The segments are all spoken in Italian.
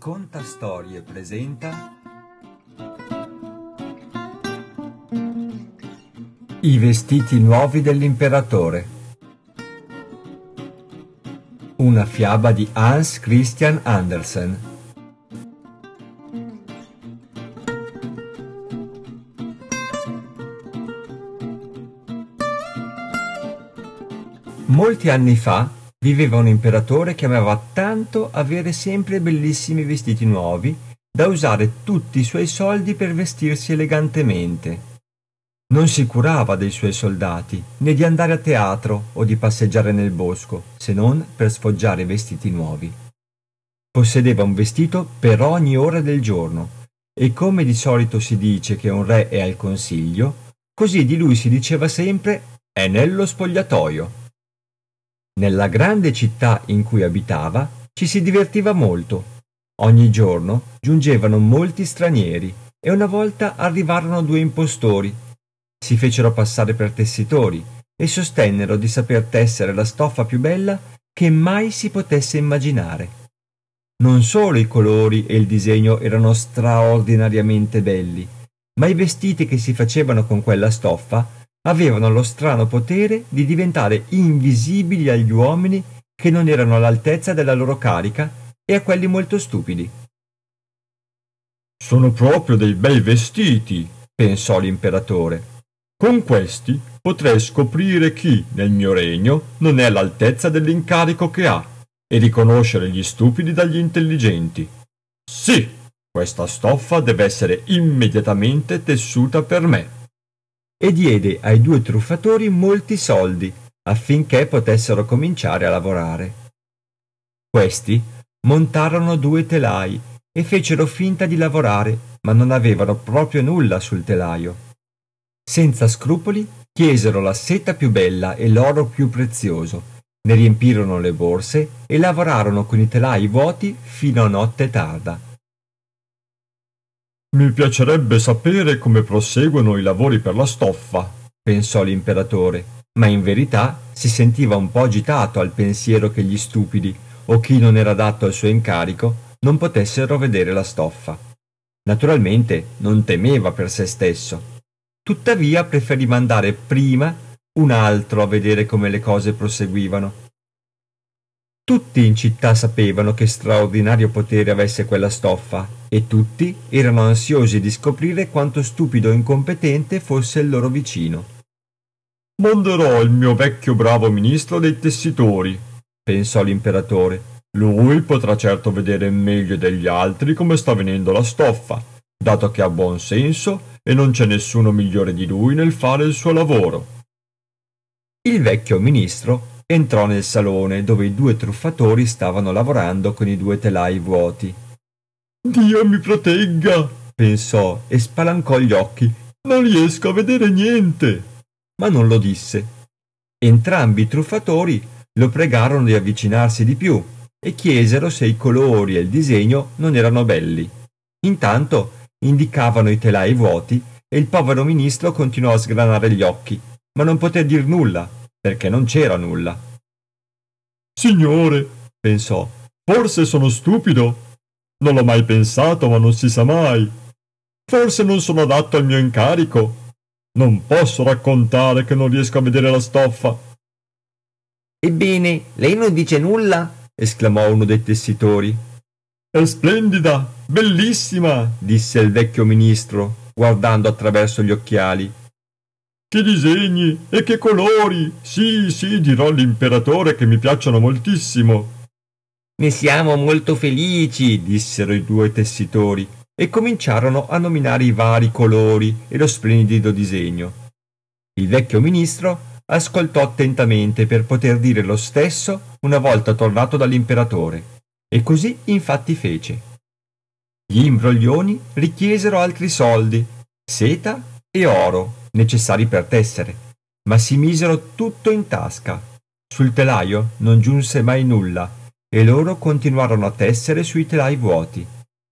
Racconta Storie presenta I vestiti nuovi dell'imperatore. Una fiaba di Hans Christian Andersen. Molti anni fa viveva un imperatore che amava tanto avere sempre bellissimi vestiti nuovi da usare tutti i suoi soldi per vestirsi elegantemente. Non si curava dei suoi soldati, né di andare a teatro o di passeggiare nel bosco, se non per sfoggiare i vestiti nuovi. Possedeva un vestito per ogni ora del giorno, e come di solito si dice che un re è al consiglio, così di lui si diceva sempre «è nello spogliatoio». Nella grande città in cui abitava ci si divertiva molto. Ogni giorno giungevano molti stranieri e una volta arrivarono 2 impostori. Si fecero passare per tessitori e sostennero di saper tessere la stoffa più bella che mai si potesse immaginare. Non solo i colori e il disegno erano straordinariamente belli, ma i vestiti che si facevano con quella stoffa avevano lo strano potere di diventare invisibili agli uomini che non erano all'altezza della loro carica e a quelli molto stupidi. «Sono proprio dei bei vestiti», pensò l'imperatore. «Con questi potrei scoprire chi, nel mio regno, non è all'altezza dell'incarico che ha e riconoscere gli stupidi dagli intelligenti. Sì, questa stoffa deve essere immediatamente tessuta per me». E diede ai 2 truffatori molti soldi affinché potessero cominciare a lavorare. Questi montarono 2 telai e fecero finta di lavorare, ma non avevano proprio nulla sul telaio. Senza scrupoli chiesero la seta più bella e l'oro più prezioso, ne riempirono le borse e lavorarono con i telai vuoti fino a notte tarda. «Mi piacerebbe sapere come proseguono i lavori per la stoffa», pensò l'imperatore, ma in verità si sentiva un po' agitato al pensiero che gli stupidi, o chi non era adatto al suo incarico, non potessero vedere la stoffa. Naturalmente non temeva per se stesso. Tuttavia preferì mandare prima un altro a vedere come le cose proseguivano. Tutti in città sapevano che straordinario potere avesse quella stoffa e tutti erano ansiosi di scoprire quanto stupido e incompetente fosse il loro vicino. «Manderò il mio vecchio bravo ministro dei tessitori», pensò l'imperatore. «Lui potrà certo vedere meglio degli altri come sta venendo la stoffa, dato che ha buon senso e non c'è nessuno migliore di lui nel fare il suo lavoro». Il vecchio ministro entrò nel salone dove i 2 truffatori stavano lavorando con i 2 telai vuoti. «Dio mi protegga», pensò e spalancò gli occhi. «Non riesco a vedere niente». Ma non lo disse. Entrambi i truffatori lo pregarono di avvicinarsi di più e chiesero se i colori e il disegno non erano belli. Intanto indicavano i telai vuoti e il povero ministro continuò a sgranare gli occhi, ma non poté dir nulla, perché non c'era nulla. «Signore», pensò, «forse sono stupido. Non l'ho mai pensato, ma non si sa mai. Forse non sono adatto al mio incarico. Non posso raccontare che non riesco a vedere la stoffa». «Ebbene, lei non dice nulla?» esclamò uno dei tessitori. «È splendida, bellissima», disse il vecchio ministro, guardando attraverso gli occhiali. «Che disegni e che colori! Sì, sì, dirò all'imperatore che mi piacciono moltissimo». «Ne siamo molto felici», dissero i 2 tessitori, e cominciarono a nominare i vari colori e lo splendido disegno. Il vecchio ministro ascoltò attentamente per poter dire lo stesso una volta tornato dall'imperatore, e così infatti fece. Gli imbroglioni richiesero altri soldi, seta e oro necessari per tessere, ma si misero tutto in tasca. Sul telaio non giunse mai nulla e loro continuarono a tessere sui telai vuoti.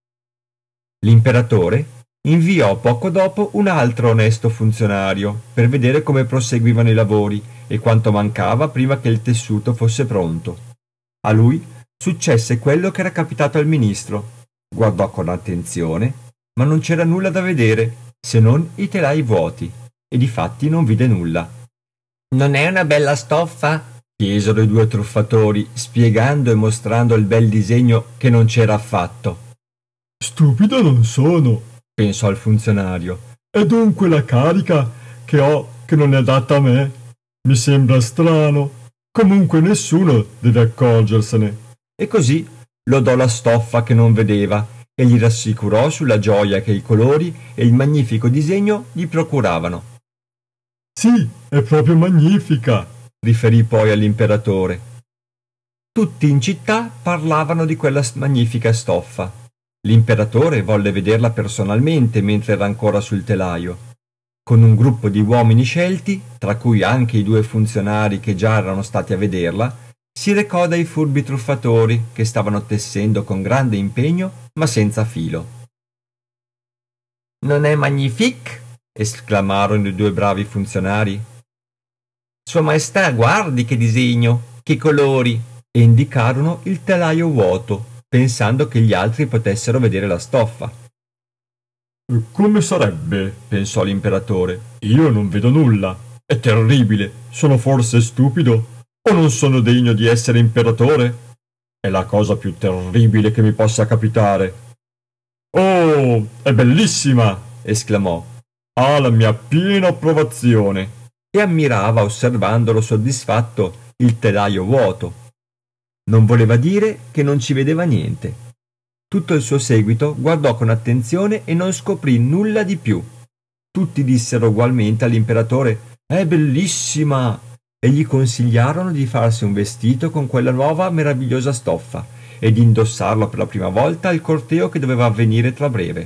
L'imperatore inviò poco dopo un altro onesto funzionario per vedere come proseguivano i lavori e quanto mancava prima che il tessuto fosse pronto. A lui successe quello che era capitato al ministro. Guardò con attenzione, ma non c'era nulla da vedere, se non i telai vuoti, e difatti non vide nulla. Non è una bella stoffa? Chiesero i due truffatori, spiegando e mostrando il bel disegno che non c'era affatto. Stupido non sono, pensò il funzionario. È dunque la carica che ho che non è adatta a me. Mi sembra strano. Comunque nessuno deve accorgersene. E così lodò la stoffa che non vedeva e gli rassicurò sulla gioia che i colori e il magnifico disegno gli procuravano. Sì, è proprio magnifica, riferì poi all'imperatore. Tutti in città parlavano di quella magnifica stoffa. L'imperatore volle vederla personalmente mentre era ancora sul telaio. Con un gruppo di uomini scelti, tra cui anche i due funzionari che già erano stati a vederla, si recò dai furbi truffatori che stavano tessendo con grande impegno ma senza filo. Non è magnifique? Esclamarono i due bravi funzionari. Sua Maestà, guardi che disegno, che colori! E indicarono il telaio vuoto, pensando che gli altri potessero vedere la stoffa. Come sarebbe? Pensò l'imperatore. Io non vedo nulla. È terribile. Sono forse stupido? O non sono degno di essere imperatore? È la cosa più terribile che mi possa capitare. Oh, è bellissima! Esclamò. Ha la mia piena approvazione. E ammirava, osservandolo soddisfatto, il telaio vuoto. Non voleva dire che non ci vedeva niente. Tutto il suo seguito guardò con attenzione e non scoprì nulla di più. Tutti dissero ugualmente all'imperatore «È bellissima!» e gli consigliarono di farsi un vestito con quella nuova meravigliosa stoffa e di indossarlo per la prima volta al corteo che doveva avvenire tra breve.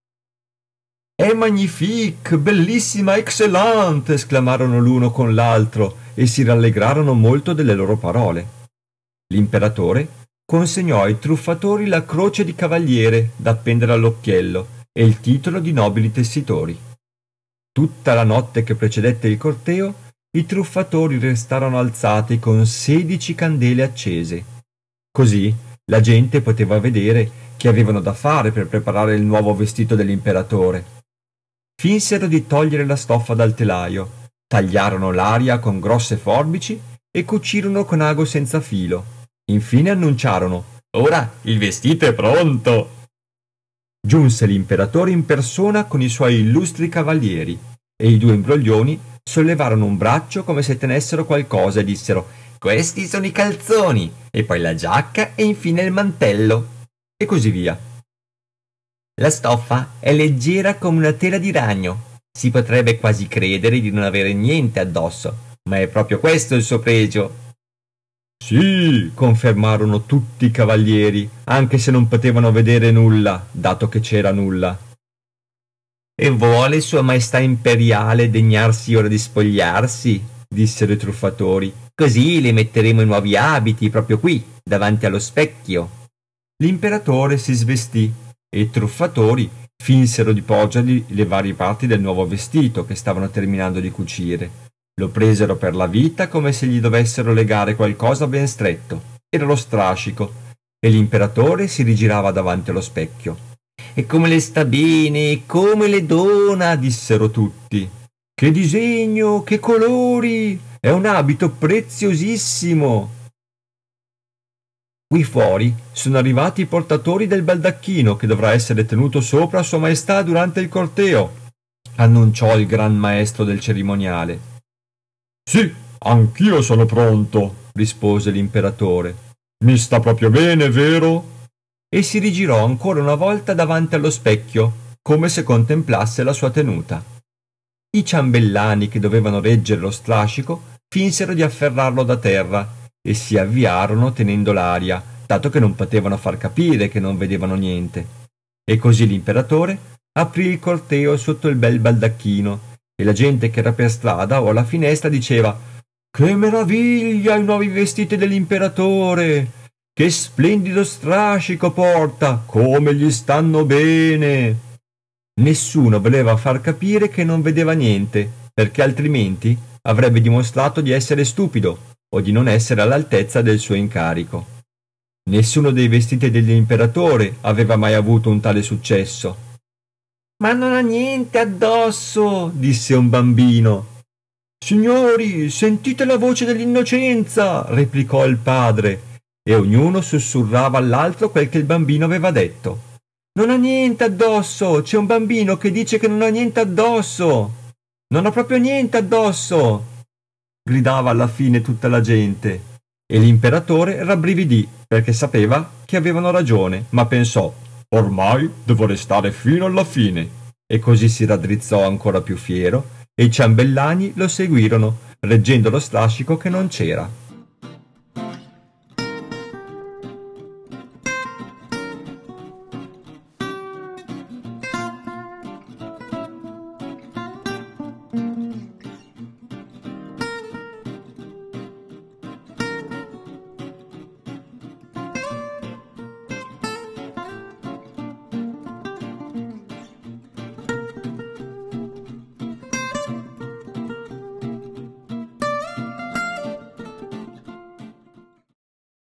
«È magnifique! Bellissima! Excellente!» esclamarono l'uno con l'altro e si rallegrarono molto delle loro parole. L'imperatore consegnò ai truffatori la croce di cavaliere da appendere all'occhiello e il titolo di nobili tessitori. Tutta la notte che precedette il corteo, i truffatori restarono alzati con 16 candele accese. Così la gente poteva vedere che avevano da fare per preparare il nuovo vestito dell'imperatore. Finsero di togliere la stoffa dal telaio, tagliarono l'aria con grosse forbici e cucirono con ago senza filo. Infine annunciarono «Ora il vestito è pronto!» Giunse l'imperatore in persona con i suoi illustri cavalieri e i due imbroglioni sollevarono un braccio come se tenessero qualcosa e dissero «Questi sono i calzoni, e poi la giacca e infine il mantello!» e così via. La stoffa è leggera come una tela di ragno. Si potrebbe quasi credere di non avere niente addosso, ma è proprio questo il suo pregio. Sì, confermarono tutti i cavalieri, anche se non potevano vedere nulla, dato che c'era nulla. E vuole Sua Maestà Imperiale degnarsi ora di spogliarsi? Dissero i truffatori. Così le metteremo i nuovi abiti proprio qui, davanti allo specchio. L'imperatore si svestì e i truffatori finsero di porgergli le varie parti del nuovo vestito che stavano terminando di cucire. Lo presero per la vita come se gli dovessero legare qualcosa ben stretto. Era lo strascico, e l'imperatore si rigirava davanti allo specchio. E come le sta bene, come le dona, dissero tutti. Che disegno, che colori! È un abito preziosissimo! Qui fuori sono arrivati i portatori del baldacchino che dovrà essere tenuto sopra Sua Maestà durante il corteo, annunciò il gran maestro del cerimoniale. Sì, anch'io sono pronto, rispose l'imperatore. Mi sta proprio bene, vero? E si rigirò ancora una volta davanti allo specchio, come se contemplasse la sua tenuta. I ciambellani che dovevano reggere lo strascico finsero di afferrarlo da terra e si avviarono tenendo l'aria, dato che non potevano far capire che non vedevano niente. E così l'imperatore aprì il corteo sotto il bel baldacchino e la gente che era per strada o alla finestra diceva «Che meraviglia i nuovi vestiti dell'imperatore! Che splendido strascico porta! Come gli stanno bene!» Nessuno voleva far capire che non vedeva niente, perché altrimenti avrebbe dimostrato di essere stupido o di non essere all'altezza del suo incarico. Nessuno dei vestiti dell'imperatore aveva mai avuto un tale successo. Ma non ha niente addosso, disse un bambino. Signori, sentite la voce dell'innocenza, replicò il padre, e ognuno sussurrava all'altro quel che il bambino aveva detto. Non ha niente addosso, c'è un bambino che dice che non ha niente addosso. Non ha proprio niente addosso, gridava alla fine tutta la gente, e l'imperatore rabbrividì perché sapeva che avevano ragione, ma pensò: ormai devo restare fino alla fine. E così si raddrizzò ancora più fiero, e i ciambellani lo seguirono, reggendo lo strascico che non c'era.